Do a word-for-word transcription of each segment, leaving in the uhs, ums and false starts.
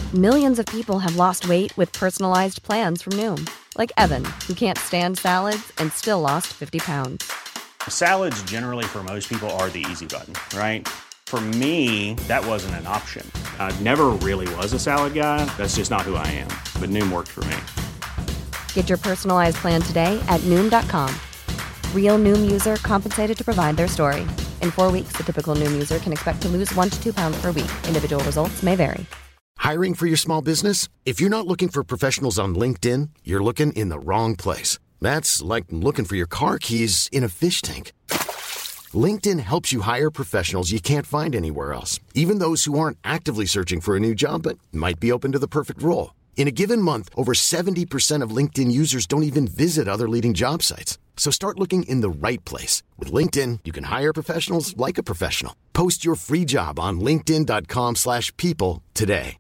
Millions of people have lost weight with personalized plans from Noom. Like Evan, who can't stand salads and still lost fifty pounds. Salads generally for most people are the easy button, right? For me, that wasn't an option. I never really was a salad guy. That's just not who I am. But Noom worked for me. Get your personalized plan today at Noom dot com. Real Noom user compensated to provide their story. In four weeks, the typical Noom user can expect to lose one to two pounds per week. Individual results may vary. Hiring for your small business? If you're not looking for professionals on LinkedIn, you're looking in the wrong place. That's like looking for your car keys in a fish tank. LinkedIn helps you hire professionals you can't find anywhere else, even those who aren't actively searching for a new job but might be open to the perfect role. In a given month, over seventy percent of LinkedIn users don't even visit other leading job sites. So start looking in the right place. With LinkedIn, you can hire professionals like a professional. Post your free job on linkedin dot com slash people today.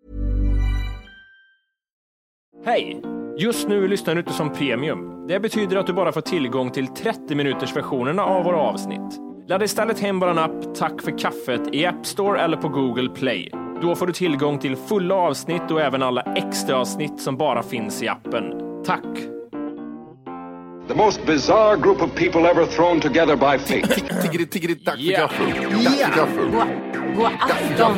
Hej! Just nu lyssnar du inte som premium. Det betyder att du bara får tillgång till trettio minuters versionerna av våra avsnitt. Ladda istället hem vår app Tack för kaffet i App Store eller på Google Play. Då får du tillgång till fulla avsnitt och även alla extra avsnitt som bara finns i appen. Tack! The most bizarre group of people ever thrown together by fate. Tiggeri, tiggeri, tack för Yeah. gaffel. Tack för gaffel. God afton.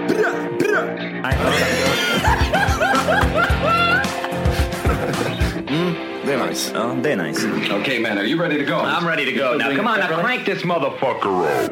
Mm, det är nice. Ja, det är nice. Okay, man, are you ready to go? I'm ready to go. Now, come on, now crank this motherfucker roll.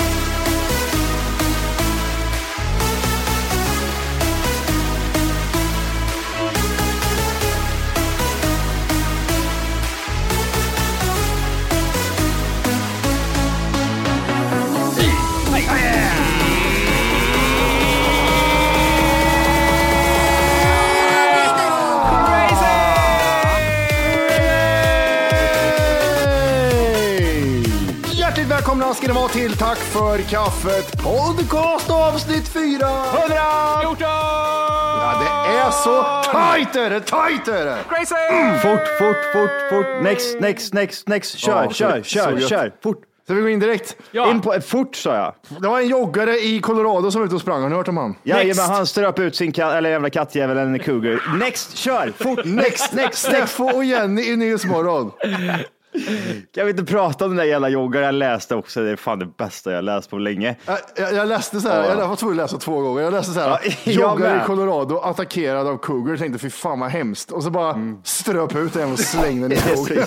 Välkomna ska ni vara till Tack för kaffet podcast avsnitt fyra fjorton! Ja, det är så tajt är det, tajt är det. Crazy! Mm. Fort, fort, fort, fort. Next, next, next, next. Kör, Ja, kör, så- kör, så kör. Fort. Så vi går in direkt. Ja. In på, fort sa jag. Det var en joggare i Colorado som var ute och sprang. Har ni hört om han? Jajamän, han ströp ut sin katt, eller jävla kattjävel, en cougar. Next, kör, fort, next, next, next. Steffo och Jenny i Nyhetsmorgon. Kan vi inte prata om den där jävla joggare jag läste också? Det är fan det bästa jag läst på länge. Jag, jag, jag läste så här, jag var tvungen att läsa två gånger. Jag läste så här, Ja, jag joggare med. i Colorado attackerad av cougar. Jag tänkte, fy fan vad hemskt. Och så bara Mm. ströp ut den och slängde den i skogen.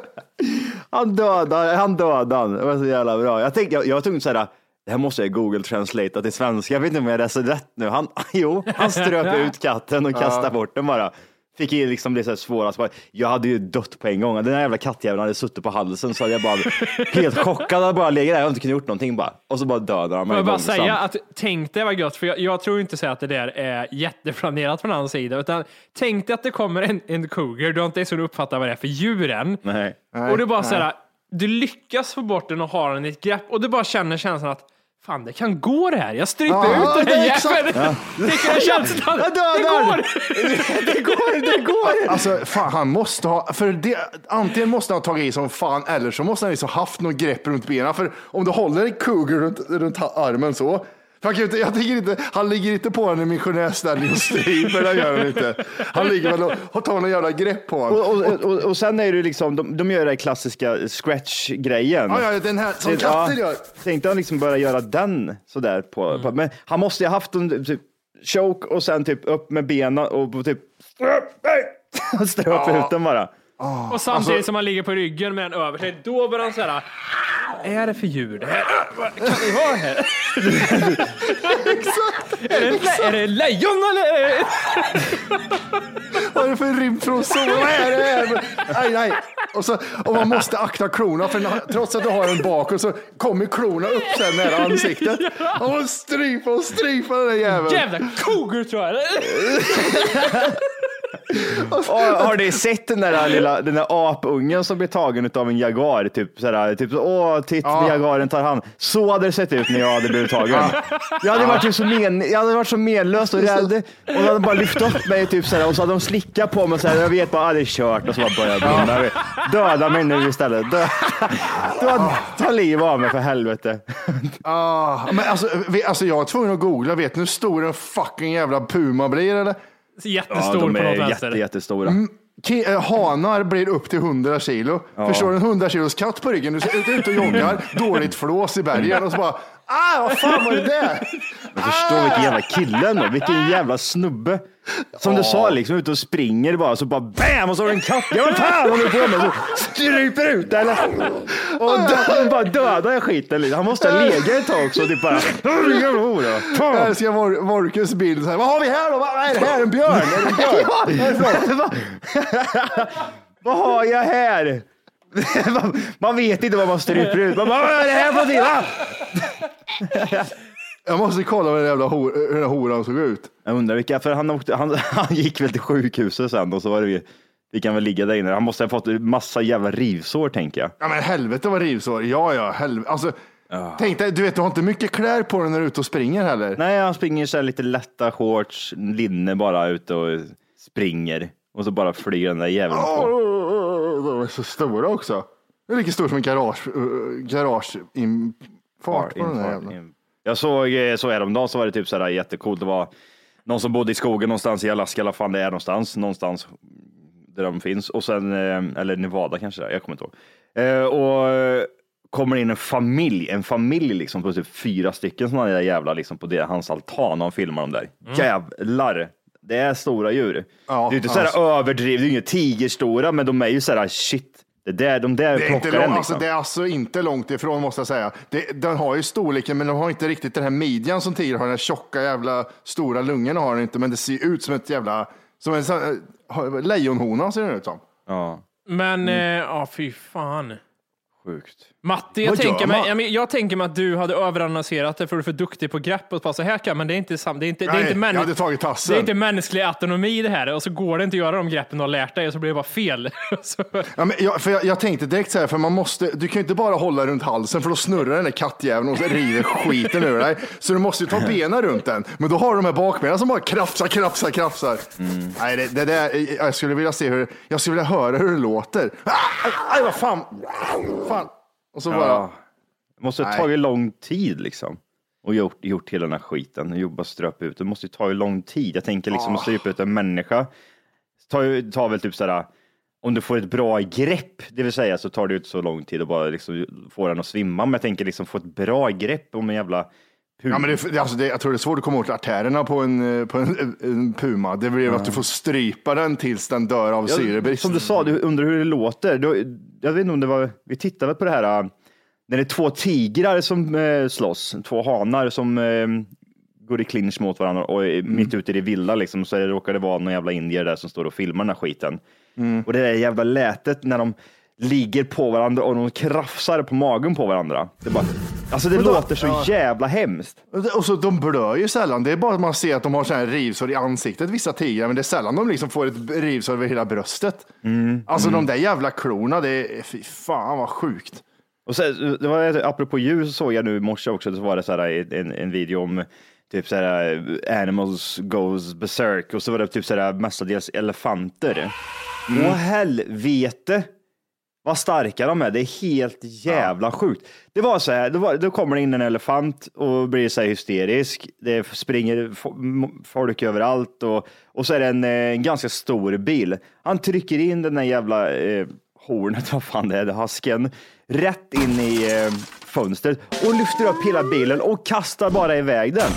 Han dödade, han dödade. Det var så jävla bra. Jag tänkte, jag, jag var tvungen att säga, det här måste jag Google translate till svenska. Jag vet inte om jag läser rätt nu. Han, jo, han ströp ut katten och kastade bort den bara. Fick ju liksom det så här svåra. Jag hade ju dött på en gång. Den där jävla kattjäveln hade suttit på halsen, så hade jag bara helt chockad. Jag bara legat där, jag hade inte kunnat gjort någonting bara. Och så bara dödade han mig. Jag vill bara långsamt. säga att tänk det var gött, för jag, jag tror inte så att det där är jätteplanerat från hans sida, utan tänk dig att det kommer en, en cougar, du har inte så du uppfattar vad det är för djuren. Nej. Och du bara så här, du lyckas få bort den och ha den i ett grepp, och du bara känner känslan att fan, det kan gå det här. Jag stryper Ja, ut den det är här exakt. jäveln. Det kan känslan. Jag Det dödar. går. Det går, det går. Alltså fan, han måste ha, för det, antingen måste han ha tagit i som fan, eller så måste han liksom haft något grepp runt benen. För om du håller en cougar runt, runt armen så, för han, kan ju inte, jag tänker inte, han ligger inte på en missionärställning och stryper, det gör han inte. Han ligger väl och, och tar någon jävla grepp på honom. Och, och, och, och sen är det liksom, de, de gör den klassiska scratch-grejen. Ja, ja, den här som Det- katter ja, gör. Tänkte han liksom börja göra den sådär på, på, men han måste ju ha haft en typ choke och sen typ upp med benen och typ ströp ut den bara. Och samtidigt som han ligger på ryggen med den över sig, då börjar han säga, vad är det för djur det här? Vad kan det vara här? Är det, le- är det lejon eller? Vad är det för rim från så? Vad är det här? Nej, nej. Och, så, och man måste akta klorna, för när- trots att du har en bakåt så kommer klorna upp sen nära ansiktet. Och man stryper och stryper den där jäveln. Jävla cougar tror jag. Och, har ni sett den där lilla den där apungen som blir tagen av en jaguar? Typ sådär, typ så, åh, titt, ja. Jagaren tar hand. Så hade det sett ut när jag hade blivit tagen. Jag hade varit så men, jag hade varit så menlös och rädd. Och de hade bara lyft upp mig typ sådär, och så hade de slickat på mig såhär, jag vet bara, ah, det är kört. Och så bara började jag brinna. Döda mig nu istället. Dö. Dö. Ta liv av mig för helvete. Ah, men alltså, vi, alltså jag var tvungen att googla. Vet du hur stor en fucking jävla puma blir eller? Jättestor, ja, de på något är vänster. jätte, jättestora. Mm, ki- hanar blir upp till hundra kilo. Ja. Förstår du, en hundra kilos katt på ryggen. Du är ute och joggar, dåligt flås i bergen och så bara, ah, vad fan var det där? Jag förstår ah. vilken jävla kille ändå, vilken jävla snubbe. Som oh. du sa, liksom ute och springer bara, så bara bam, och så har du en katt. Ja, vad fan håller du på med? Så stryper ut eller? Och dö, bara dödar jag skiten. Han måste ha legat ett tag också. Det bara, jag älskar Vor- Vorkes bild. Så här, vad har vi här då? Vad är det här? En björn? Är det en björn? Vad har jag här? Man vet inte vad man stryper ut. Man bara, vad är det här för dina? Jag måste kolla hur den jävla hor, hur den horan såg ut. Jag undrar vilka, för han, åkte, han, han gick väl till sjukhuset sen och så var det, vi kan väl ligga där inne. Han måste ha fått massa jävla rivsår, tänker jag. Ja men helvete vad rivsår. Ja ja, helvete. Alltså, ja. Tänk dig, du vet, du har inte mycket kläder på dig när du är ute och springer heller. Nej, han springer så här lite lätta shorts, linne bara ute och springer. Och så bara flyger den där jäveln på. Oh, de är så stora också. Det är lika stor som en garage, uh, garage in, fart på den här jäveln. Jag såg så häromdagen, så var det typ så här jättecoolt. Det var någon som bodde i skogen någonstans i Alaska, eller fan det är någonstans, någonstans där de finns. Och sen, eller Nevada kanske, jag kommer inte ihåg. Och kommer in en familj, en familj liksom på typ fyra stycken sådana där jävla liksom på det, hans altan, och filmar dem där. Mm. Jävlar, det är stora djur. Ja, det är inte så här alltså. Överdrivet, det är inga tigerstora, men de är ju så här shit. Det där, de där det är, inte lång, liksom. alltså, det är alltså inte långt ifrån, måste jag säga. Det, den har ju storleken, men de har inte riktigt den här midjan som tidigare har. Den här tjocka jävla stora lungorna har den inte, men det ser ut som ett jävla, som en sån, äh, lejonhona ser det ut som. Ja. Men, mm. eh, ja fy fan. Sjukt. Matti, jag tänker, mig, jag, jag tänker mig att du hade överanalyserat det för du är för duktig på grepp och passa häka, men det är inte sam, det är inte, Nej, det är inte, män, det är inte mänsklig autonomi det här, och så går det inte att göra de greppen du har lärt dig och så blir det bara fel. Ja, men jag, för jag, jag tänkte direkt så här, för man måste, du kan ju inte bara hålla runt halsen för då snurrar den där kattjäveln och så river skiten ur dig. Så du måste ju ta benen runt den, men då har du de här bakbenen som bara krafsar, krafsar, krafsar. Mm. Nej, det, det där, jag skulle vilja se hur, jag skulle vilja höra hur det låter. Aj, vad fan, fan. Och så ja. bara... Det måste ha tagit lång tid liksom. Och gjort, gjort hela den här skiten. Och jobba ströp ut. Det måste ju ta lång tid. Jag tänker liksom oh. att strypa ut en människa. Tar, tar väl typ sådär. Om du får ett bra grepp. Det vill säga så tar det ut så lång tid. Och bara liksom få den att svimma. Men jag tänker liksom få ett bra grepp om en jävla puma. Ja, men det, alltså det, jag tror det är svårt att komma åt artärerna på en, på en, en puma. Det blir mm. att du får strypa den tills den dör av ja, syrebrist. Som du sa, du undrar hur det låter. Du, jag vet inte om det var... Vi tittade på det här... När det är två tigrar som eh, slåss. Två hanar som eh, går i clinch mot varandra. Och mm. mitt ute i det vilda liksom, så det råkar det vara någon jävla indier där som står och filmar den här skiten. Mm. Och det där jävla lätet när de ligger på varandra och de krafsar på magen på varandra. Det bara... Alltså det då, låter så ja. jävla hemskt. Och så de blör ju sällan. Det är bara att man ser att de har så här rivsår i ansiktet, vissa tigrar, men det är sällan de liksom får ett rivsår över hela bröstet. Mm. Alltså mm. de där jävla klorna, det är fy fan vad sjukt. Och så, det var, apropå djur så såg jag nu i morse också, så var det så här en, en video om typ så här animals goes berserk, och så var det typ så här mestadels elefanter. Mm. Och helvete vad starka de är. Det är helt jävla ja. sjukt. Det var så här, då, var, då kommer det in en elefant och blir så här hysterisk. Det springer folk överallt och, och så är det en, en ganska stor bil. Han trycker in den där jävla eh, hornet, vad fan det är, det hasken, rätt in i eh, fönstret och lyfter upp hela bilen och kastar bara iväg den.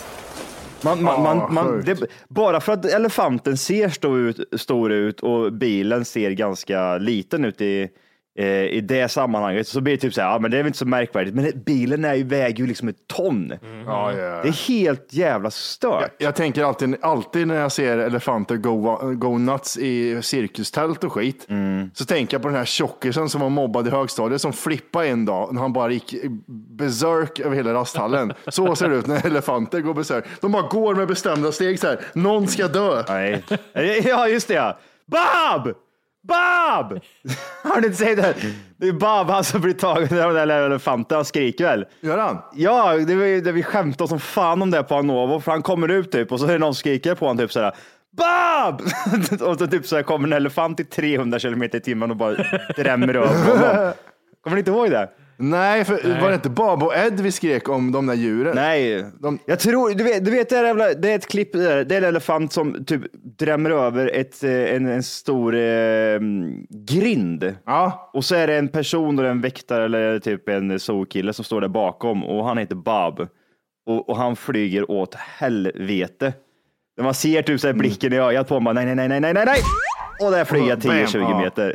Man, man, oh, man, man, det, bara för att elefanten ser stor ut, stor ut och bilen ser ganska liten ut i, eh, i det sammanhanget så blir det typ så här, ja men det är väl inte så märkvärdigt, men bilen är ju, väger ju liksom ett ton. Mm. Ja, ja. Det är helt jävla stört. Jag, jag tänker alltid, alltid när jag ser elefanter go, go nuts i cirkustält och skit, mm. så tänker jag på den här tjockisen som var mobbad i högstadiet som flippade en dag när han bara gick berserk över hela rasthallen. Så ser det ut när elefanter går berserk. De bara går med bestämda steg så här. Någon ska dö. Nej. Ja, just det. Ja. Bob! Bob! Har ni inte sett det? Det är Bob, han som blir tagen av den där elefanten. Han skriker väl? Gör han? Ja, det var ju det vi skämtade som fan om det på Anovo. För han kommer ut typ och så är det någon som skriker på honom typ sådär. Bob! Och så typ så här kommer en elefant i trehundra kilometer i timmen och bara drämmer över honom. Kommer ni inte ihåg det? Nej, för Nej. var det inte Bob och Ed vi skrek om de där djuren? Nej, de... jag tror, du vet, du vet det, är, det är ett klipp där, det är en elefant som typ drämmer över ett, en, en stor eh, grind. Ja. Och så är det en person och en väktare eller typ en zookille som står där bakom och han heter Bob. Och, och han flyger åt helvete. När man ser typ så här blicken i ögat på honom, nej, nej, nej, nej, nej, nej. Och där flyger tio till tjugo meter.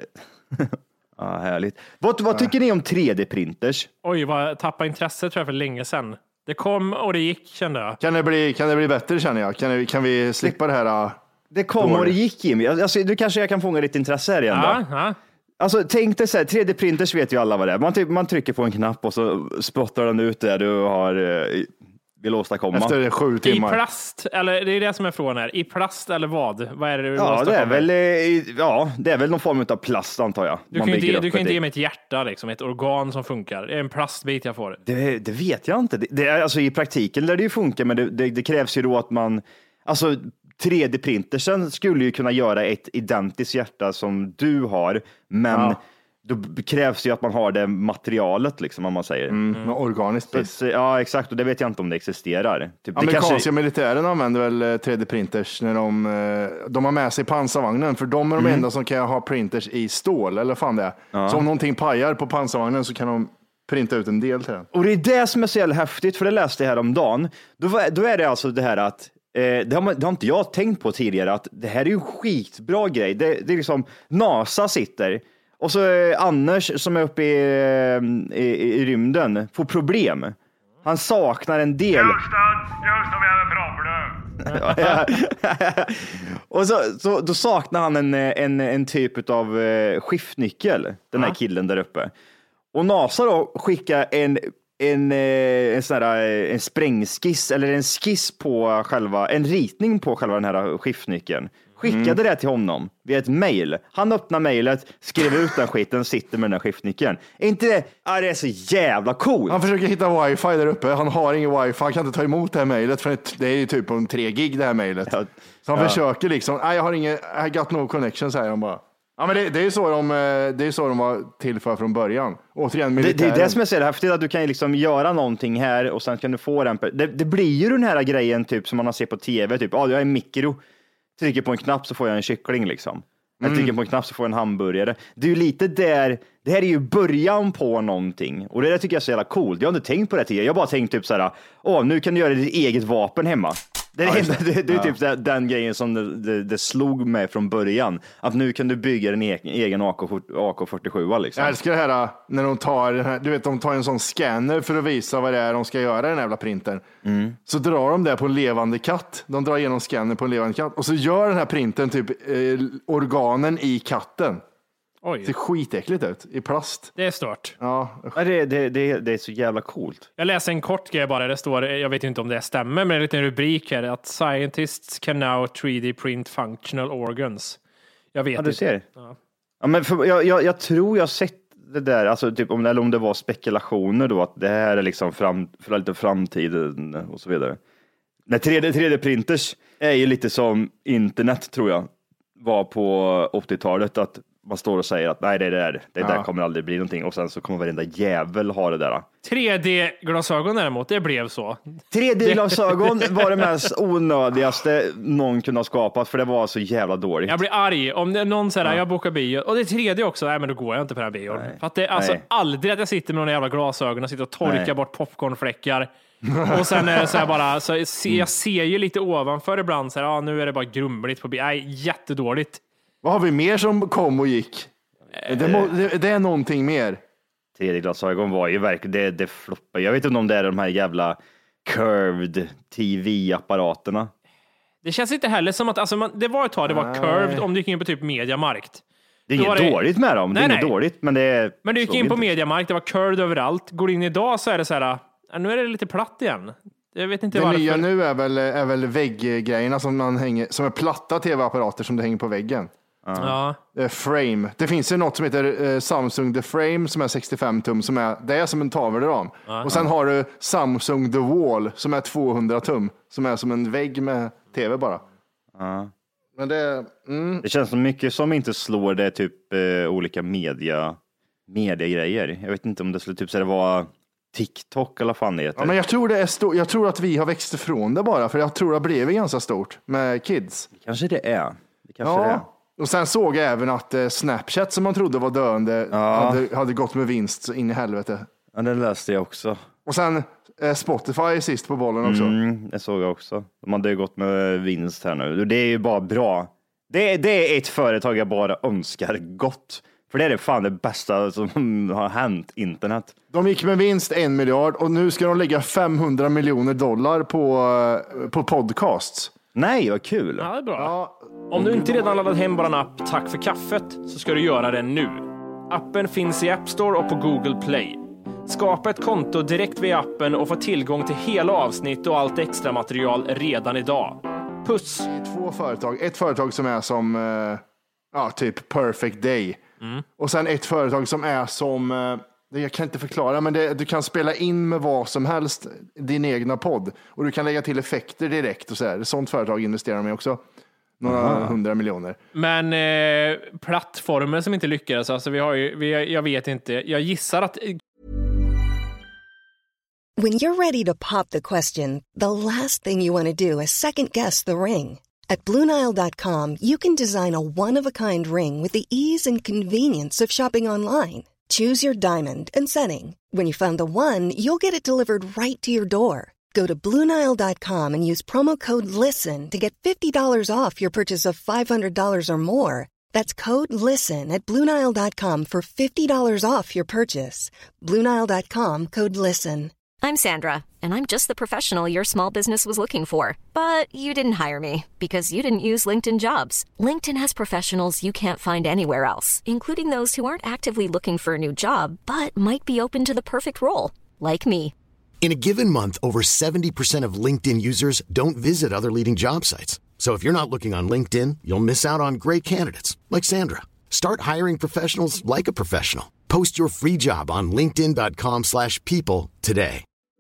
Ja, härligt. Vad, vad tycker ni om tre D-printers? Oj, vad tappade intresse tror jag för länge sedan. Det kom och det gick, kände jag. Kan det bli, kan det bli bättre, känner jag? Kan, det, kan vi slippa det här? Uh, det kom och det gick, Jimmy. Alltså, du kanske jag kan fånga ditt intresse här igen ja, då. Ja. Alltså, tänk dig så här, tre D-printers vet ju alla vad det är. Man, typ, man trycker på en knapp och så spottar den ut det du har eh, vill åstadkomma. Efter sju timmar. I plast, eller det är det som är frågan här. I plast eller vad? Vad är det du vill ja, åstadkomma? det är väl, eh, ja, det är väl någon form av plast antar jag. Du man kan ju inte, du upp kan ett inte i. ge mig ett hjärta, liksom, ett organ som funkar. Det är en plastbit jag får. Det, det vet jag inte. Det, det är, alltså, i praktiken lär det ju funka, men det, det, det krävs ju då att man... Alltså, tre D-printersen skulle ju kunna göra ett identiskt hjärta som du har, men ja. Då krävs ju att man har det materialet, liksom, om man säger. Mm, mm. Organiskt. Så, ja, exakt. Och det vet jag inte om det existerar. Typ, Amerikanska det kanske... militären använder väl tre D-printers när de, de har med sig pansarvagnen, för de är de mm. enda som kan ha printers i stål, eller fan det är. Ja. Så om någonting pajar på pansarvagnen så kan de printa ut en del till den. Och det är det som är så jävla häftigt, för det läste jag här om dagen. Då, då är det alltså det här att eh, det, har man, det har inte jag tänkt på tidigare, att det här är ju en skitbra grej. Det, det är liksom NASA sitter och så eh, Anders som är uppe i, i, i, i rymden får problem. Han saknar en del. Just det, just det, vi har problem. Och så, så då saknar han en, en, en typ av eh, skiftnyckel, den här killen där uppe. Och NASA då skickar en en en sån här, en sprängskiss eller en skiss på själva, en ritning på själva den här skiftnyckeln. Skickade mm. det till honom via ett mejl. Han öppnar mejlet, skrev ut den skiten, sitter med den här skiftnyckeln. Är inte det? Ja, det är så jävla coolt. Han försöker hitta wifi där uppe. Han har ingen wifi. Han kan inte ta emot det här mejlet, för det är ju typ om tre gig det här mejlet. Ja. Så han ja. försöker liksom. Nej, jag har ingen. I got no connection, säger han bara. Ja, men det, det är ju så de, det är så de var till för från början. Återigen, militären. Det, det är det som jag ser det häftigt, att du kan liksom göra någonting här och sen kan du få den. Det, det blir ju den här grejen typ som man har sett på tv. Typ, ja, jag är en mikro. Trycker på en knapp så får jag en kyckling liksom. Jag trycker på en knapp så får jag en hamburgare. Det är ju lite där, det här är ju början på någonting. Och det där tycker jag är så jävla coolt. Jag har inte tänkt på det tidigare. Jag har bara tänkt typ så här, åh, nu kan du göra ditt eget vapen hemma. Det är, ja, det, det, det är typ ja. den grejen som det, det, det slog mig från början. Att nu kan du bygga en egen, egen A K fyrtiosju liksom. Jag älskar det här när de tar, den här, du vet, de tar en sån scanner för att visa vad det är de ska göra i den här jävla printern. Mm. Så drar de det på en levande katt. De drar igenom scannern på en levande katt. Och så gör den här printern typ eh, organen i katten. Oj. Det ser skitäckligt ut i plast. Det är stört. Ja, det, det, det, det är så jävla coolt. Jag läser en kort grej bara. Det står, jag vet inte om det stämmer, men det är en liten rubrik här att scientists can now tre D print functional organs. Jag vet ja, du inte. Ser. Ja. Ja, men för, jag, jag, jag tror jag sett det där, alltså typ om, eller om det var spekulationer då, att det här är liksom fram, för lite framtiden och så vidare. Men tre D printers är ju lite som internet, tror jag, var på åttiotalet, att man står och säger att nej, det är det där, det ja. där kommer aldrig bli någonting, och sen så kommer varenda jävel ha det där. tre D-glasögon däremot, det blev så. tre D-glasögon var det mest onödigaste någon kunde ha skapat, för det var så jävla dåligt. Jag blir arg om det, någon säger ja. jag bokar bio, och det är tre D också, nej men då går jag inte på den här bion. För att det är alltså nej. aldrig att jag sitter med några jävla glasögon och sitter och torkar nej. bort popcornfläckar. Och sen är det så här bara, så jag ser ju lite ovanför ibland så här, ja nu är det bara grumligt på bio. Nej, jättedåligt. Vad har vi mer som kom och gick? Det, må, det, det är någonting mer. Tredje glasögon var ju verkligen, det, det floppar. Jag vet inte om det är de här jävla curved T V-apparaterna. Det känns inte heller som att, alltså man, det var ett tag det var nej. curved om du gick in på typ Mediamarkt. Det är inget det... dåligt med dem, det är nej, inget nej. dåligt, men det är... Men du gick in på Mediamarkt, det var curved överallt. Går in idag så är det så här, nu är det lite platt igen. Jag vet inte det varför. nya nu är väl, är väl vägggrejerna som man hänger, som är platta tv-apparater som det hänger på väggen. Ja. Uh, frame. Det finns ju något som heter uh, Samsung The Frame som är sextiofem tum, som är, det är som en tavelram. Uh-huh. Och sen har du Samsung The Wall som är tvåhundra tum, som är som en vägg med tv bara. Uh-huh. Men det, mm. det känns som mycket som inte slår det typ uh, olika media mediegrejer. Jag vet inte om det skulle typ så det var TikTok eller vad fan det heter. Ja, men jag tror det är sto- jag tror att vi har växt ifrån det bara, för jag tror det blev ganska stort med kids. Kanske det är. Det kanske ja. det är. Och sen såg jag även att eh, Snapchat som man trodde var döende ja. hade, hade gått med vinst så in i helvete. Ja, det läste jag också. Och sen eh, Spotify är sist på bollen också. Mm, det såg jag också. De hade ju gått med vinst här nu. Det är ju bara bra. Det, det är ett företag jag bara önskar gott. För det är det fan det bästa som har hänt internet. De gick med vinst en miljard och nu ska de lägga femhundra miljoner dollar på, på podcasts. Nej, vad kul. Ja, det är bra. Ja. Om du inte redan laddat hem bara en app Tack för kaffet så ska du göra det nu. Appen finns i App Store och på Google Play. Skapa ett konto direkt via appen och få tillgång till hela avsnitt och allt extra material redan idag. Puss! Det är två företag. Ett företag som är som uh, ja, typ Perfect Day. Mm. Och sen ett företag som är som uh, jag kan inte förklara, men det, du kan spela in med vad som helst din egna podd och du kan lägga till effekter direkt och så här. Sånt företag investerar de i också. Några Aha. hundra miljoner. Men eh, plattformen som inte lyckades, alltså vi har ju, vi, jag vet inte, jag gissar att... When you're ready to pop the question, the last thing you want to do is second guess the ring. At Blue Nile dot com you can design a one-of-a-kind ring with the ease and convenience of shopping online. Choose your diamond and setting. When you find the one, you'll get it delivered right to your door. Go to Blue Nile dot com and use promo code LISTEN to get fifty dollars off your purchase of five hundred dollars or more. That's code LISTEN at Blue Nile dot com for fifty dollars off your purchase. Blue Nile dot com, code LISTEN. I'm Sandra, and I'm just the professional your small business was looking for. But you didn't hire me because you didn't use LinkedIn Jobs. LinkedIn has professionals you can't find anywhere else, including those who aren't actively looking for a new job, but might be open to the perfect role, like me. In a given month, over seventy percent of LinkedIn users don't visit other leading job sites. So if you're not looking on LinkedIn, you'll miss out on great candidates like Sandra. Start hiring professionals like a professional. Post your free job on linkedin dot com slash people today.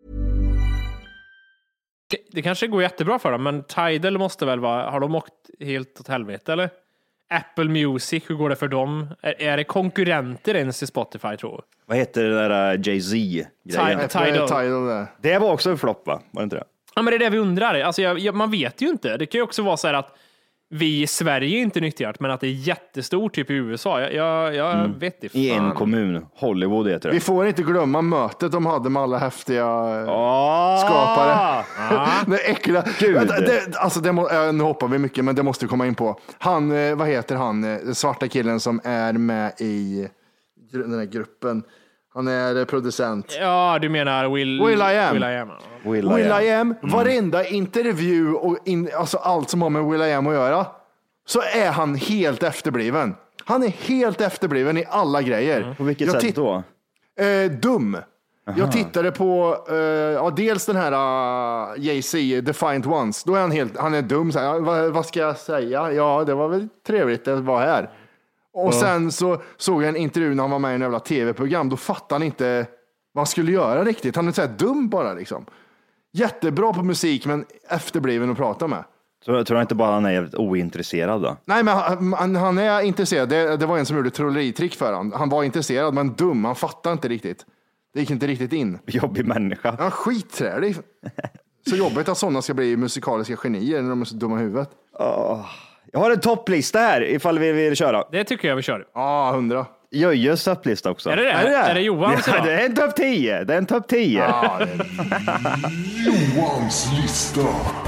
Det, det kanske går jättebra för dem, men Tidal måste väl vara, har de åkt helt åt helvete eller? Apple Music, hur går det för dem? Är, är det konkurrenter ens i Spotify, tror jag? Vad heter det där uh, Jay-Z-grejen? Tidal. Tidal. Det var också en flopp, va? Var det inte det? Ja, men det är det vi undrar. Alltså, jag, jag, man vet ju inte. Det kan ju också vara så här att vi i Sverige är inte nyttjat, men att det är jättestort typ i U S A. Jag, jag, jag mm. vet inte. I en kommun. Hollywood heter det. Vi får inte glömma mötet de hade med alla häftiga oh! skapare. Ah! Det äckliga. Det, alltså, det må, nu hoppar vi mycket, men det måste komma in på. Han, vad heter han, svarta killen som är med i den här gruppen. Han är producent. Ja, du menar Will, Will I Am. Will I Am. Will, Will I Am. I am. Mm. Varenda intervju och in, alltså allt som har med Will I Am att göra, så är han helt efterbliven. Han är helt efterbliven i alla grejer. Mm. På vilket Jag sätt då? Eh, dum. Aha. Jag tittade på eh, ja, dels den här uh, Jay-Z, Defiant Ones. Då är han helt, han är dum. Så här, vad, vad ska jag säga? Ja, det var väl trevligt att vara här. Och ja. Sen så såg jag en intervju när han var med i en jävla tv-program. Då fattade han inte vad han skulle göra riktigt. Han är så här dum bara liksom. Jättebra på musik, men efterbliven att prata med. Så jag tror inte bara han är jävligt ointresserad då? Nej, men han, han är intresserad. Det, det var en som gjorde trolleritrick för han. Han var intresserad, men dum. Han fattade inte riktigt. Det gick inte riktigt in. Jobbig människa. Ja, skitträlig. Så jobbigt att sådana ska bli musikaliska genier när de är så dumma i huvudet. Oh. Jag har en topplista här ifall vi vill köra. Det tycker jag vi kör. Ja, ah, hundra. Jöjes topplista också. Är det det? Är det, är det Johans? Ja, det är en topp tio. Det är en topp tio. Ah, Johans lista.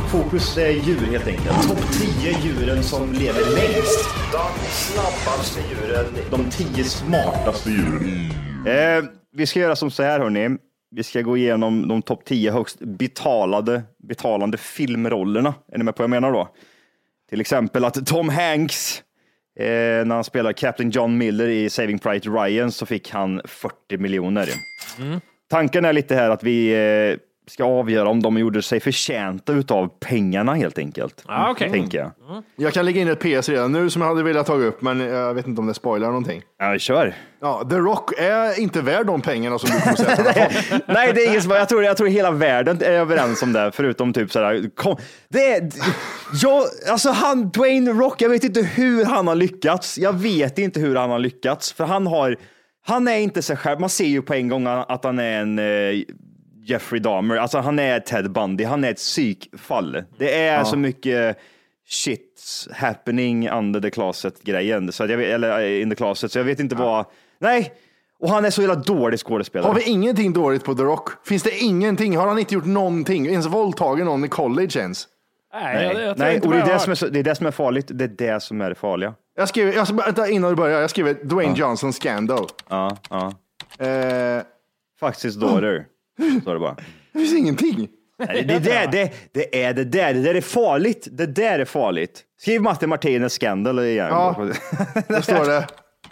Fokus är djur helt enkelt. Topp tio djuren som lever längst. De snabbaste djuren. De tio smartaste djuren. Eh, vi ska göra som så här, hörni. Vi ska gå igenom de topp tio högst betalade, betalande filmrollerna. Är ni med på vad jag menar då? Till exempel att Tom Hanks, eh, när han spelar Captain John Miller i Saving Private Ryan, så fick han fyrtio miljoner. Mm. Tanken är lite här att vi eh, ska avgöra om de gjorde sig förtjänta utav pengarna helt enkelt. Ah, okay. Tänker jag. Mm. Jag kan lägga in ett P S redan nu som jag hade velat ta upp, men jag vet inte om det spoilar någonting. Ja, kör. Ja, The Rock är inte värd de pengarna som du kommer säga. Nej, det är inget som, jag tror, jag tror hela världen är överens om det, förutom typ sådär. Kom, det är, jag, alltså han, Dwayne Rock, jag vet inte hur han har lyckats. Jag vet inte hur han har lyckats, för han har, han är inte sig själv. Man ser ju på en gång att han är en eh, Jeffrey Dahmer. Alltså han är Ted Bundy, han är ett psykfall. Det är ja. så mycket shit happening under the closet grejen, så att jag vet, eller in the closet, så jag vet inte ja. vad. Nej, och han är så jävla dålig skådespelare. Har vi ingenting dåligt på The Rock? Finns det ingenting? Har han inte gjort någonting? Ens våldtagen någon i college ens? Nej, Nej. Jag, jag Nej. och det är det, som är så, det är det som är farligt. Det är det som är det farliga. Jag skriver, jag ska, innan du börjar, jag skriver Dwayne ja. Johnson scandal. Ja, ja. Eh, Faktiskt daughter. Oh. Så är det bara. Det finns ingenting. Nej, det, det, det, det är det där. Det där är farligt. Det där är farligt. Skriv Matte Martinez scandal igen. Ja, det står det.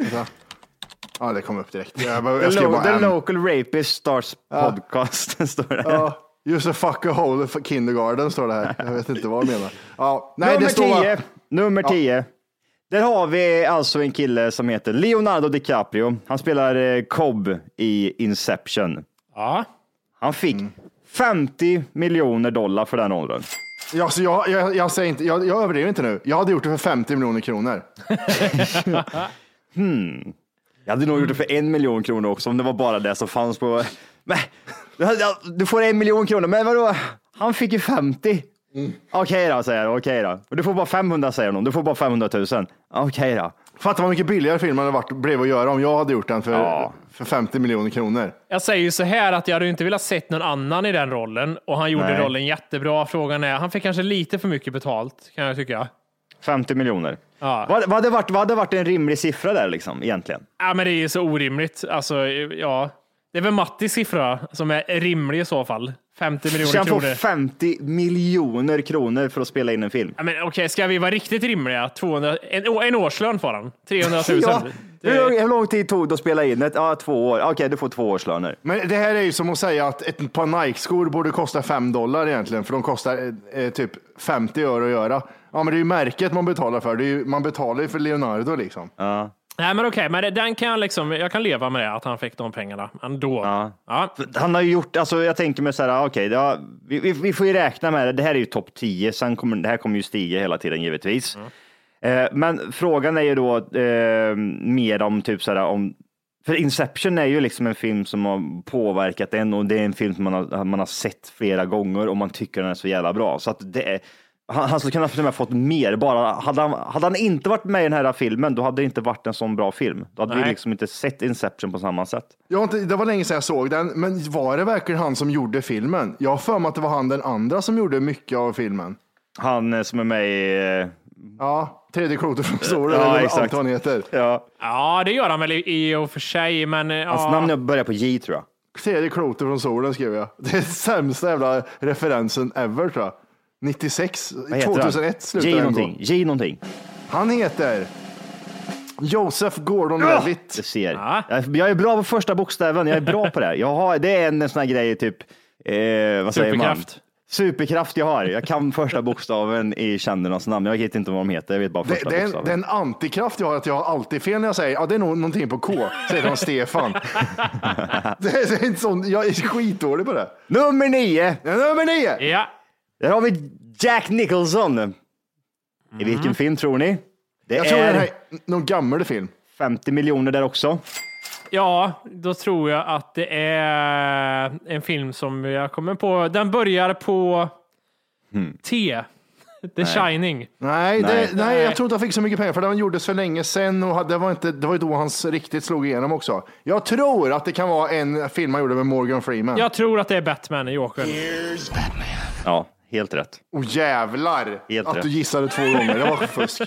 Ja, det kom upp direkt. Jag, jag the, lo- bara, the um, local rapist starts ja. podcast, står det. Ja, just a fuck a hole for kindergarten, står det här. Jag vet inte vad du menar. Ja, nej, nummer det står tio. Nummer ja. tio. Där har vi alltså en kille som heter Leonardo DiCaprio. Han spelar eh, Cobb i Inception. Ja. Han fick mm. femtio miljoner dollar för den åldern. Ja, så jag, jag, jag säger inte, jag, jag överdriver inte nu. Jag hade gjort det för femtio miljoner kronor. hmm. Jag hade nog gjort det för en miljon kronor också, om det var bara det som fanns på. Men, du får en miljon kronor, men vadå? Han fick ju femtio. Mm. Okej okay då, säger jag. Okej okay då. Och du får bara femhundra, säger de. Du får bara femhundratusen. Okej okay då. Fatta vad mycket billigare filmen hade varit, blev att göra om jag hade gjort den för, ja. för femtio miljoner kronor. Jag säger ju så här att jag hade inte velat sett någon annan i den rollen, och han gjorde Nej. rollen jättebra. Frågan är, han fick kanske lite för mycket betalt, kan jag tycka. femtio miljoner. Ja. Vad, vad, hade varit, vad hade varit en rimlig siffra där liksom, egentligen? Ja, men det är ju så orimligt. Alltså, ja. Det är väl Mattis siffra som är rimlig i så fall. femtio miljoner kronor. Så han får femtio miljoner kronor för att spela in en film. Ja, men okej, okay, ska vi vara riktigt rimliga? tvåhundra, en, en årslön får han. trehundratusen. Ja. Det... Hur, lång, hur lång tid tog det att spela in ett? Ja, två år. Okej, okay, du får två årslöner. Men det här är ju som att säga att ett par Nike-skor borde kosta fem dollar egentligen, för de kostar eh, typ femtio öre att göra. Ja, men det är ju märket man betalar för. Det är ju, man betalar ju för Leonardo liksom. Ja. Nej, men okej, men den kan jag liksom, jag kan leva med det, att han fick de pengarna ändå. Ja. Ja. Han har ju gjort, alltså jag tänker mig så här, okej, okay, ja, vi, vi, vi får ju räkna med det. Det här är ju topp tio, sen kommer det här kommer ju stiga hela tiden givetvis. Mm. Eh, men frågan är ju då eh, mer om typ så här, om, för Inception är ju liksom en film som har påverkat en, och det är en film som man har, man har sett flera gånger och man tycker den är så jävla bra. Så att det är, Han, han skulle kunna ha fått mer. Bara, hade, han, hade han inte varit med i den här filmen, då hade det inte varit en sån bra film. Då hade Nej. vi liksom inte sett Inception på samma sätt. Jag inte, det var länge sedan jag såg den, men var det verkligen han som gjorde filmen? Jag har för mig att det var han den andra som gjorde mycket av filmen. Han som är med i... Ja, tredje klotet från solen, ja, eller exakt. allt vad han heter. Ja. ja, det gör han väl i och för sig, men... Ja. Hans namn börjar på J, tror jag. Tredje klotet från solen, skrev jag. Det är sämsta jävla referensen ever, tror jag. nittiosex, tjugohundraett slutade J någonting. J någonting. Han heter Joseph Gordon-Levitt. Ja, du ser. Ja. Jag är bra på första bokstäven. Jag är bra på det. Jag har, det är en sån här grej typ eh, vad säger man? Superkraft jag har. Jag kan första bokstaven i kändernas namn. Jag vet inte vad de heter. Jag vet bara första det, det bokstaven. Det är en antikraft jag har, att jag har alltid fel när jag säger ja, det är nog någonting på K. Säger de Stefan. det, är, det är inte sån, jag är skitdålig på det. Nummer nio. Ja, nummer nio. Ja. Där har vi Jack Nicholson. Mm. I vilken film tror ni? Det jag är tror det här är någon gammal film. femtio miljoner där också. Ja, då tror jag att det är en film som jag kommer på. Den börjar på hmm. T. The nej. Shining. Nej, det, nej. nej, jag tror inte han fick så mycket pengar, för den gjordes för länge sedan och det var, inte, det var ju då hans riktigt slog igenom också. Jag tror att det kan vara en film han gjorde med Morgan Freeman. Jag tror att det är Batman i Joker. Ja, helt rätt. Åh oh, jävlar, helt att rätt. du gissade två gånger, det var fusk.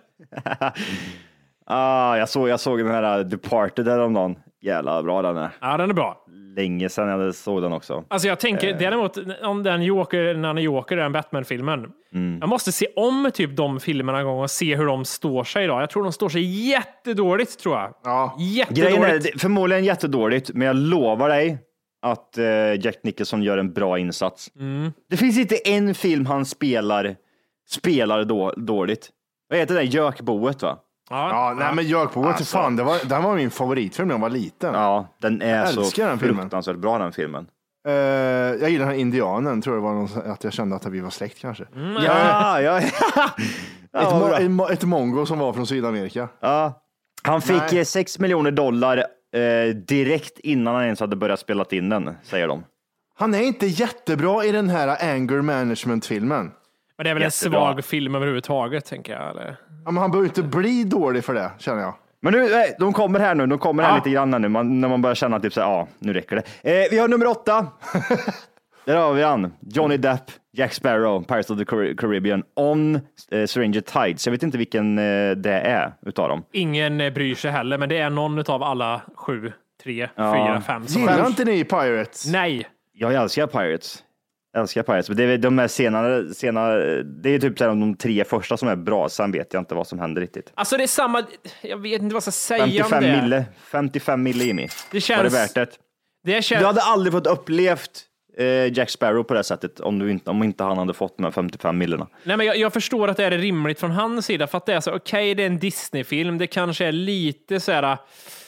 ah, jag, såg, jag såg den här Departed där om dagen. Jävla bra den är. Ja, den är bra. Länge sedan jag såg den också. Alltså jag tänker eh. däremot om den Joker, när han är Joker, den Batman-filmen. Mm. Jag måste se om typ de filmerna en gång och se hur de står sig idag. Jag tror de står sig jättedåligt, tror jag. Ja. Jättedåligt. Grejen är, förmodligen jättedåligt, men jag lovar dig att uh, Jack Nicholson gör en bra insats. Mm. Det finns inte en film han spelar spelar då, dåligt. Vad heter det? Gökboet, va? Ja, ja, nej men Gökboet, alltså. Fan, det var, den var min favoritfilm när jag var liten. Ja, den är jag så den fruktansvärt bra, den filmen. Uh, jag gillar den här indianen, tror det var någon, att jag kände att vi var släkt kanske. Mm, ja, ja. ett, mo- ett, ett mongo som var från Sydamerika. Ja. Han fick nej. sex miljoner dollar eh, direkt innan han ens hade börjat spela in den, säger de. Han är inte jättebra i den här anger management-filmen. Men det är väl jättebra. En svag film överhuvudtaget, tänker jag. Eller? Ja, men han behöver inte bli dålig för det, känner jag. Men nu, de kommer här nu, de kommer här ja. lite grann nu, man, när man börjar känna typ så här, ja, nu räcker det. Eh, vi har nummer åtta. Där har vi han. Johnny Depp, Jack Sparrow, Pirates of the Caribbean, on eh, Stranger Tides. Jag vet inte vilken eh, det är utav dem. Ingen eh, bryr sig heller, men det är någon utav alla sju, tre, ja. fyra, fem. Gillar inte ni Pirates? Nej. Jag älskar Pirates. Jag älskar Pirates, men det är de här senare, senare det är typ så här, de tre första som är bra, sen vet jag inte vad som händer riktigt. Alltså det är samma, jag vet inte vad jag ska säga femtiofem om det. Mille, femtiofem mille in i. Det känns, var det värt det? Det känns... Du hade aldrig fått upplevt eh, Jack Sparrow på det sättet om, du inte, om inte han hade fått de här femtiofem millerna. Nej, men jag, jag förstår att det är rimligt från hans sida, för att det är så, okej, okay, det är en Disney-film, det kanske är lite så här,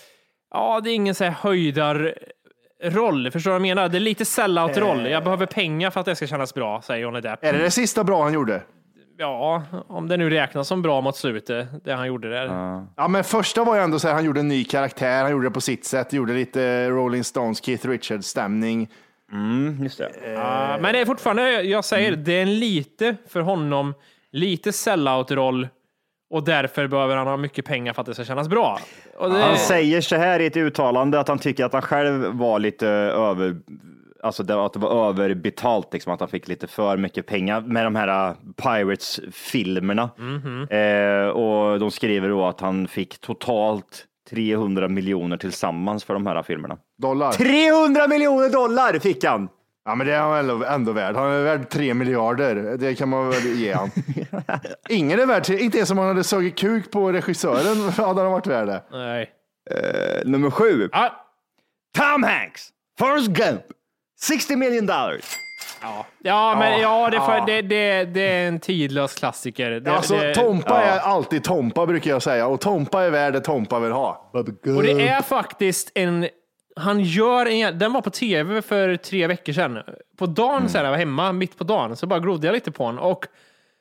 ja, det är ingen så här höjdar roll, förstår du vad jag menar? Det är lite sellout-roll. Jag behöver pengar för att det ska kännas bra, säger Johnny Depp. Är det det sista bra han gjorde? Ja, om det nu räknas som bra mot slutet, det han gjorde där. Ja, ja men första var ju ändå så här, han gjorde en ny karaktär, han gjorde det på sitt sätt, gjorde lite Rolling Stones, Keith Richards-stämning. Mm, just det. Ja, men det är fortfarande, jag säger, mm. det är en lite för honom, lite sellout-roll. Och därför behöver han ha mycket pengar för att det ska kännas bra. Och det... Han säger så här i ett uttalande att han tycker att han själv var lite över, alltså det, att det var överbetalt, liksom, att han fick lite för mycket pengar med de här Pirates-filmerna. Mm-hmm. Eh, och de skriver då att han fick totalt trehundra miljoner tillsammans för de här filmerna. Dollar. trehundra miljoner dollar fick han! Ja, men det är han ändå, ändå värd. Han är värd tre miljarder. Det kan man väl ge han. Ingen är värd, inte ens om han hade sugit kuk på regissören hade han varit värd det. Nej. Uh, nummer sju. Ah. Tom Hanks, Forrest Gump, sextio million dollars. Ja, ja men ja, det, för, det, det, det är en tidlös klassiker. Det, alltså, det, Tompa ja. är alltid Tompa, brukar jag säga. Och Tompa är värd det Tompa vill ha. Och det är faktiskt en... Han gör en, den var på tv för tre veckor sedan. På dagen, mm. så här, jag var hemma, mitt på dagen, så bara glodde jag lite på honom. Och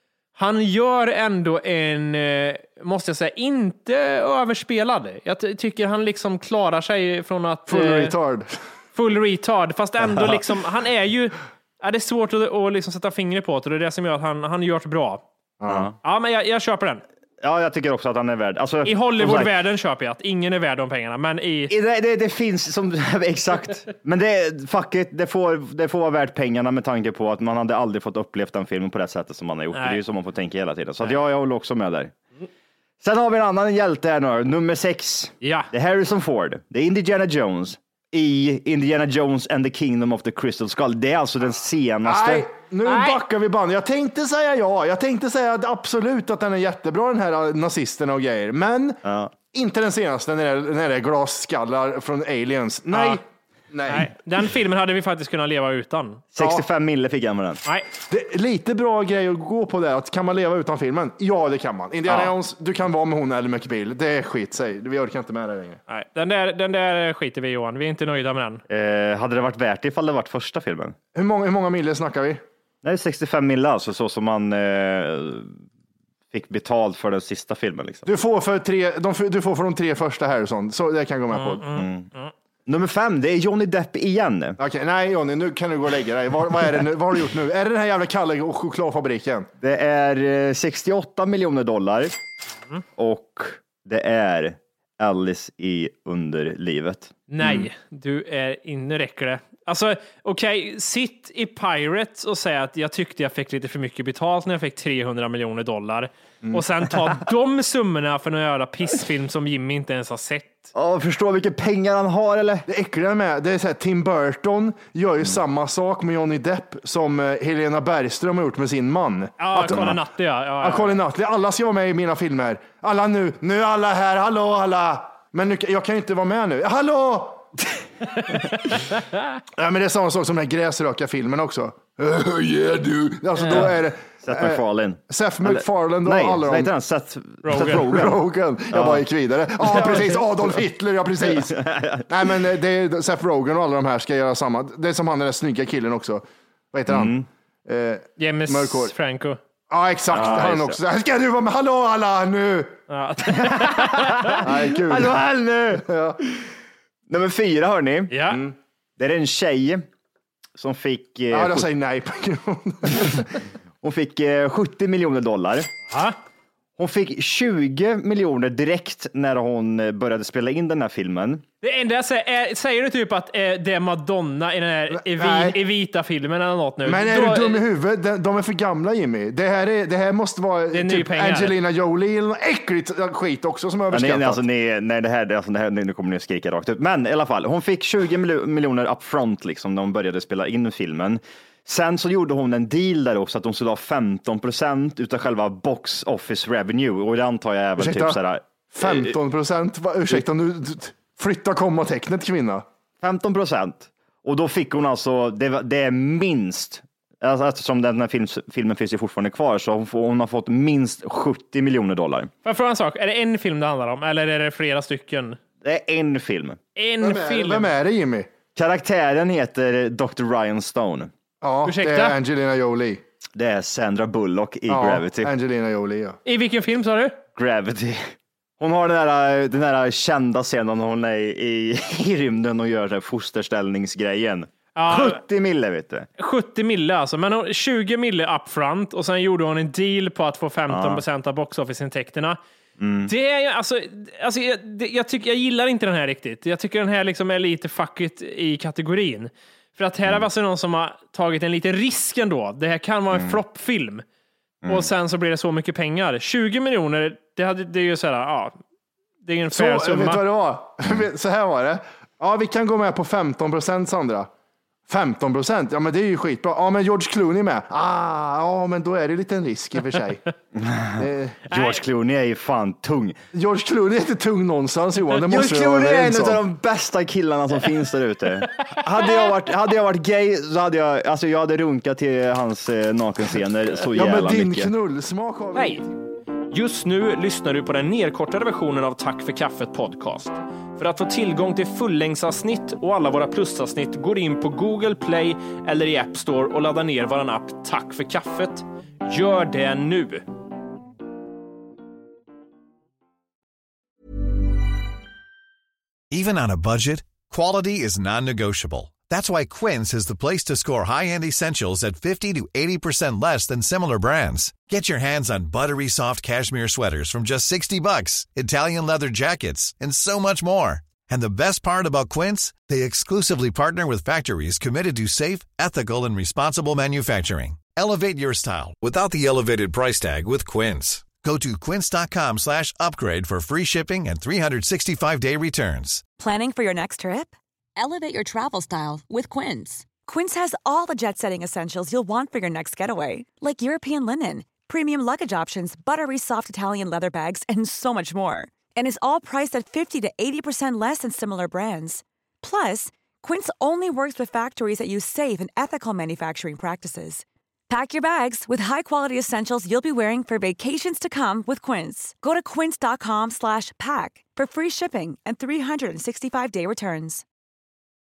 han gör ändå en, måste jag säga, inte överspelad. Jag t- tycker han liksom klarar sig från att... Full eh, retard. Full retard, fast ändå liksom, han är ju... Ja, det är svårt att, att liksom sätta fingret på det, och det är det som gör att han, han gör det bra. Uh-huh. Ja, men jag, jag köper den. Ja, jag tycker också att han är värd. Alltså, i Hollywood-världen köper jag att ingen är värd de pengarna, men i... I det, det, det finns som... Exakt. Men det, fuck it, det får, det får vara värt pengarna med tanke på att man hade aldrig fått uppleva den filmen på det sättet som man har gjort. Nej. Det är ju som man får tänka hela tiden. Så att jag, jag håller också med där. Sen har vi en annan hjälte här nu, nummer sex. Ja. Det är Harrison Ford. Det är Indiana Jones. I Indiana Jones and the Kingdom of the Crystal Skull. Det är alltså den senaste. Nej, nu Nej. backar vi band. Jag tänkte säga ja. Jag tänkte säga att absolut att den är jättebra, den här nazisterna och grejer. Men ja. inte den senaste när det, när det är glasskallar från aliens. Nej. Ja. Nej. Nej. Den filmen hade vi faktiskt kunnat leva utan. sextiofem ja. mille fick jag med den. Nej. Det är lite bra grej att gå på där. Att kan man leva utan filmen? Ja, det kan man. Indiana ja. Jones, du kan vara med hon eller McBeal. Det är skit sig. Vi orkar inte med det längre. Nej, den där, den där skiter vi, Johan. Vi är inte nöjda med den. Eh, hade det varit värt det ifall det varit första filmen? Hur många, hur många mille snackar vi? Nej, sextiofem mille, alltså så som man eh, fick betalt för den sista filmen. Liksom. Du får för tre, de, du får för de tre första Harrison. Så det kan jag gå med på. Mm, mm, mm. Nummer fem, det är Johnny Depp igen. Okej, okay, nej Johnny, nu kan du gå och lägga dig. Vad, vad är det nu? Vad har du gjort nu? Är det den här jävla Kalle och chokladfabriken? Det är sextioåtta miljoner dollar mm. och det är Alice i Underlivet. Nej, mm. du är inne, räcker det. Alltså, okej, okay, sitt i Pirates och säga att jag tyckte jag fick lite för mycket betalt när jag fick trehundra miljoner dollar. Mm. Och sen ta de summorna för att göra pissfilm som Jimmy inte ens har sett. Ja, förstå vilka pengar han har, eller? Det äckliga med det är så här, Tim Burton gör ju mm. samma sak med Johnny Depp som Helena Bergström har gjort med sin man. Ja, Colin Nutley, ja. ja, ja. Colin Nutley, alla ska vara med i mina filmer. Alla nu, nu är alla här, hallå alla. Men nu, jag kan ju inte vara med nu. Hallå! Ja, men det är samma sak som den här gräsröka-filmen också. Uh, yeah, du. Alltså, då är det Seth MacFarlane. Äh, Seth MacFarlane och nej, alla nej, de... nej, Seth Rogen. Seth Rogen. Rogen. Jag ja. bara gick vidare. Ja, precis. Adolf Hitler, ja precis. Nej, men det är Seth Rogen och alla de här ska göra samma. Det är som han, den där snygga killen också. Vad heter mm. han? Eh, James Mörkhår. Franco. Ja, exakt. Ja, han också. Ska du vara med? Hallå alla nu! Ja. Nej, kul. Hallå alla nu! Ja. Nummer fyra, hörni. Ja. Mm. Det är en tjej som fick... Eh, ja, jag säger nej. Hon fick eh, sjuttio miljoner dollar. Ha? Hon fick tjugo miljoner direkt när hon började spela in den här filmen. Det enda jag säger, är, säger du typ att eh, det är Madonna i den här evi, Evita filmen eller något nu? Men är Då, du dum i huvudet? De, de är för gamla, Jimmy. Det här, är, det här måste vara typ Angelina Jolie eller något äckligt skit också som är överskattat. Nej, alltså, nej, nej, det här, alltså, det här, nu kommer ni att skrika rakt ut. Men i alla fall, hon fick tjugo miljoner upfront liksom, när hon började spela in filmen. Sen så gjorde hon en deal där också att de skulle ha femton procent utav själva box office revenue. Och det antar jag även ursäkta, typ sådär. femton procent? Ursäkta, nu flytta kommatecknet, kvinna. femton procent. Och då fick hon alltså, det, det är minst, alltså, eftersom den här film, filmen finns ju fortfarande kvar, så hon, får, hon har fått minst sjuttio miljoner dollar. Får jag fråga en sak? Är det en film det handlar om? Eller är det flera stycken? Det är en film. En vem är, film? Vem är det, Jimmy? Karaktären heter doktor Ryan Stone. Ja, ursäkta? Det är Angelina Jolie. Det är Sandra Bullock i ja, Gravity. Angelina Jolie, ja. I vilken film sa du? Gravity. Hon har den där, den där kända scenen när hon är i, i, i rymden och gör den fosterställningsgrejen. Ja, sjuttio mille, vet du. sjuttio mille alltså, men tjugo mille upfront och sen gjorde hon en deal på att få femton procent ja. av box office-intäkterna. Mm. Det är alltså, alltså jag, det, jag, tycker, jag gillar inte den här riktigt. Jag tycker den här liksom är lite fuck it i kategorin. För att här mm. är alltså någon som har tagit en liten risk ändå. Det här kan vara en mm. floppfilm. Mm. Och sen så blir det så mycket pengar. tjugo miljoner, det, hade, det är ju sådär, ja. Det är en fair så, summa. Vet du vad det var? Så här var det. Ja, vi kan gå med på femton procent, Sandra. femton procent? Ja, men det är ju skitbra. Ja, men George Clooney med. Ah, ja, men då är det lite en risk i och för sig. eh. George Clooney är ju fan tung. George Clooney är inte tung någonstans, Johan. Det George Clooney är en av de bästa killarna som finns där ute. Hade jag varit, hade jag varit gay så hade jag, alltså jag hade runkat till hans eh, nakenscener så jävla mycket. Ja, men din mycket. Knullsmak har vi. Nej. Just nu lyssnar du på den nedkortade versionen av Tack för kaffet podcast. För att få tillgång till fullängdsavsnitt och alla våra plusavsnitt går in på Google Play eller i App Store och laddar ner våran app Tack för kaffet. Gör det nu! Even on a budget, quality is non-negotiable. That's why Quince is the place to score high-end essentials at fifty to eighty percent less than similar brands. Get your hands on buttery soft cashmere sweaters from just sixty bucks, Italian leather jackets, and so much more. And the best part about Quince, they exclusively partner with factories committed to safe, ethical, and responsible manufacturing. Elevate your style without the elevated price tag with Quince. Go to quince.com slash upgrade for free shipping and three sixty-five day returns. Planning for your next trip? Elevate your travel style with Quince. Quince has all the jet-setting essentials you'll want for your next getaway, like European linen, premium luggage options, buttery soft Italian leather bags, and so much more. And is all priced at fifty to eighty percent less than similar brands. Plus, Quince only works with factories that use safe and ethical manufacturing practices. Pack your bags with high-quality essentials you'll be wearing for vacations to come with Quince. Go to quince.com slash pack for free shipping and three sixty-five day returns.